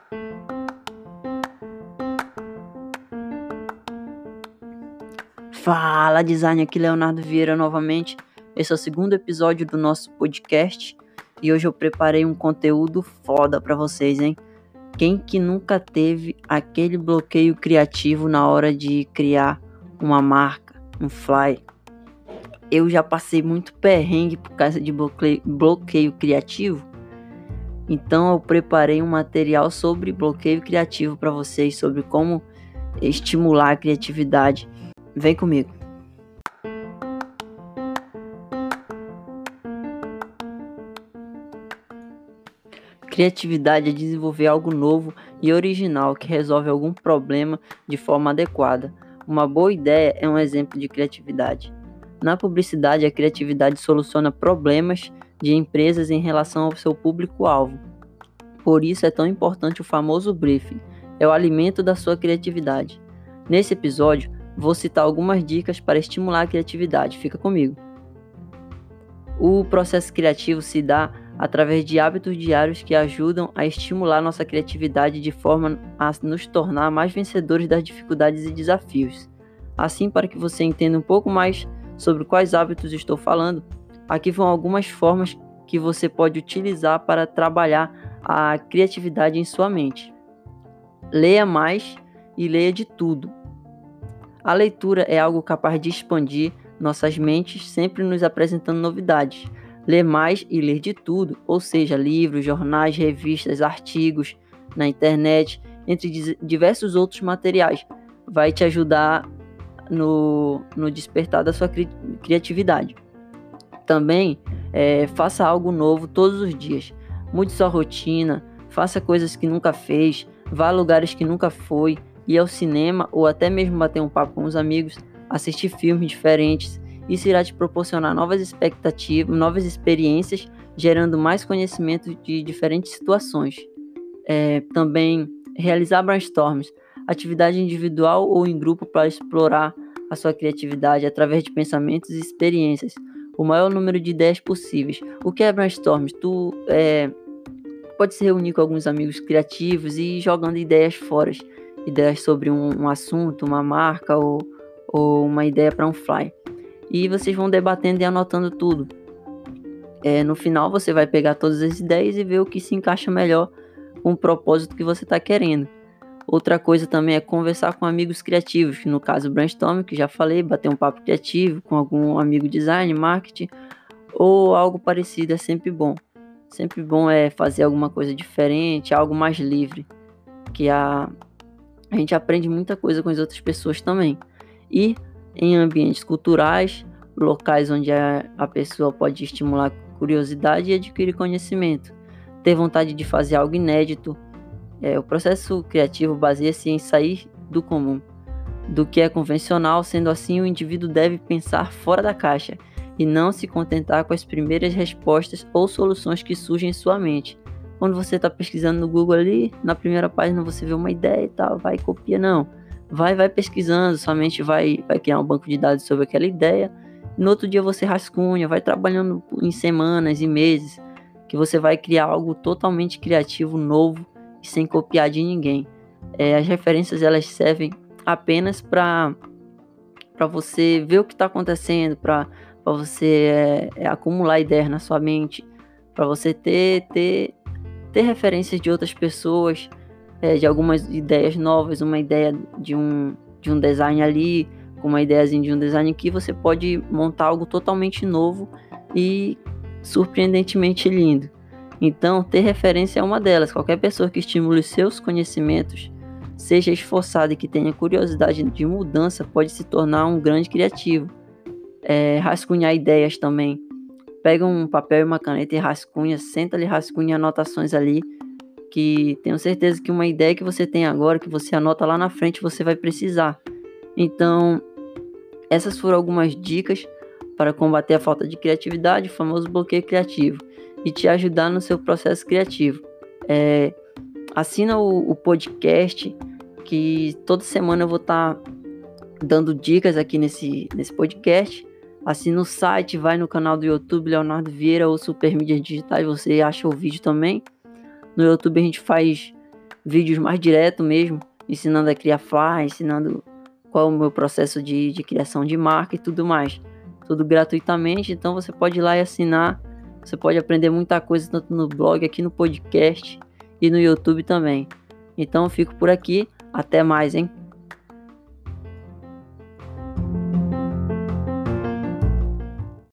Fala, design, aqui Leonardo Vieira novamente. Esse é o segundo episódio do nosso podcast e hoje eu preparei um conteúdo foda pra vocês, hein? Quem que nunca teve aquele bloqueio criativo na hora de criar uma marca, um fly? Eu já passei muito perrengue por causa de bloqueio criativo, então eu preparei um material sobre bloqueio criativo pra vocês, sobre como estimular a criatividade. Vem comigo. Criatividade é desenvolver algo novo e original que resolve algum problema de forma adequada. Uma boa ideia é um exemplo de criatividade. Na publicidade, a criatividade soluciona problemas de empresas em relação ao seu público-alvo. Por isso é tão importante o famoso briefing. É o alimento da sua criatividade. Nesse episódio, vou citar algumas dicas para estimular a criatividade. Fica comigo. O processo criativo se dá através de hábitos diários que ajudam a estimular nossa criatividade de forma a nos tornar mais vencedores das dificuldades e desafios. Assim, para que você entenda um pouco mais sobre quais hábitos estou falando, aqui vão algumas formas que você pode utilizar para trabalhar a criatividade em sua mente. Leia mais e leia de tudo. A leitura é algo capaz de expandir nossas mentes, sempre nos apresentando novidades. Ler mais e ler de tudo, ou seja, livros, jornais, revistas, artigos na internet, entre diversos outros materiais, vai te ajudar no despertar da sua criatividade. Também faça algo novo todos os dias. Mude sua rotina, faça coisas que nunca fez, vá a lugares que nunca foi, ir ao cinema ou até mesmo bater um papo com os amigos, assistir filmes diferentes. Isso irá te proporcionar novas expectativas, novas experiências, gerando mais conhecimento de diferentes situações. Também realizar brainstorms, atividade individual ou em grupo para explorar a sua criatividade através de pensamentos e experiências. O maior número de ideias possíveis. O que é brainstorms? Tu pode se reunir com alguns amigos criativos e ir jogando ideias fora. Ideias sobre um assunto, uma marca ou uma ideia para um fly. E vocês vão debatendo e anotando tudo. No final você vai pegar todas as ideias e ver o que se encaixa melhor com o propósito que você está querendo. Outra coisa também é conversar com amigos criativos, que no caso brainstorming, que já falei, bater um papo criativo com algum amigo design, marketing ou algo parecido é sempre bom. Sempre bom é fazer alguma coisa diferente, algo mais livre, que a gente aprende muita coisa com as outras pessoas também. E em ambientes culturais, locais onde a pessoa pode estimular curiosidade e adquirir conhecimento. Ter vontade de fazer algo inédito. O processo criativo baseia-se em sair do comum, do que é convencional. Sendo assim, o indivíduo deve pensar fora da caixa e não se contentar com as primeiras respostas ou soluções que surgem em sua mente. Quando você está pesquisando no Google ali, na primeira página você vê uma ideia e tal, vai e copia, não. Vai pesquisando, sua mente vai criar um banco de dados sobre aquela ideia. No outro dia você rascunha, vai trabalhando em semanas e meses, que você vai criar algo totalmente criativo, novo e sem copiar de ninguém. As referências elas servem apenas para você ver o que está acontecendo, para você acumular ideias na sua mente, para você ter referências de outras pessoas, de algumas ideias novas, uma ideia de um design ali, com uma ideiazinha de um design aqui, você pode montar algo totalmente novo e surpreendentemente lindo. Então, ter referência é uma delas. Qualquer pessoa que estimule seus conhecimentos, seja esforçada e que tenha curiosidade de mudança, pode se tornar um grande criativo. Rascunhar ideias também. Pega um papel e uma caneta e rascunha, senta ali, rascunha anotações ali, que tenho certeza que uma ideia que você tem agora, que você anota lá na frente, você vai precisar. Então, essas foram algumas dicas para combater a falta de criatividade, o famoso bloqueio criativo, e te ajudar no seu processo criativo. Assina o podcast, que toda semana eu vou estar dando dicas aqui nesse podcast. Assina o site, vai no canal do YouTube Leonardo Vieira ou Super Mídias Digitais, você acha o vídeo também. No YouTube a gente faz vídeos mais direto mesmo, ensinando a criar flyer, ensinando qual é o meu processo de criação de marca e tudo mais. Tudo gratuitamente, então você pode ir lá e assinar. Você pode aprender muita coisa tanto no blog, aqui no podcast e no YouTube também. Então eu fico por aqui. Até mais, hein?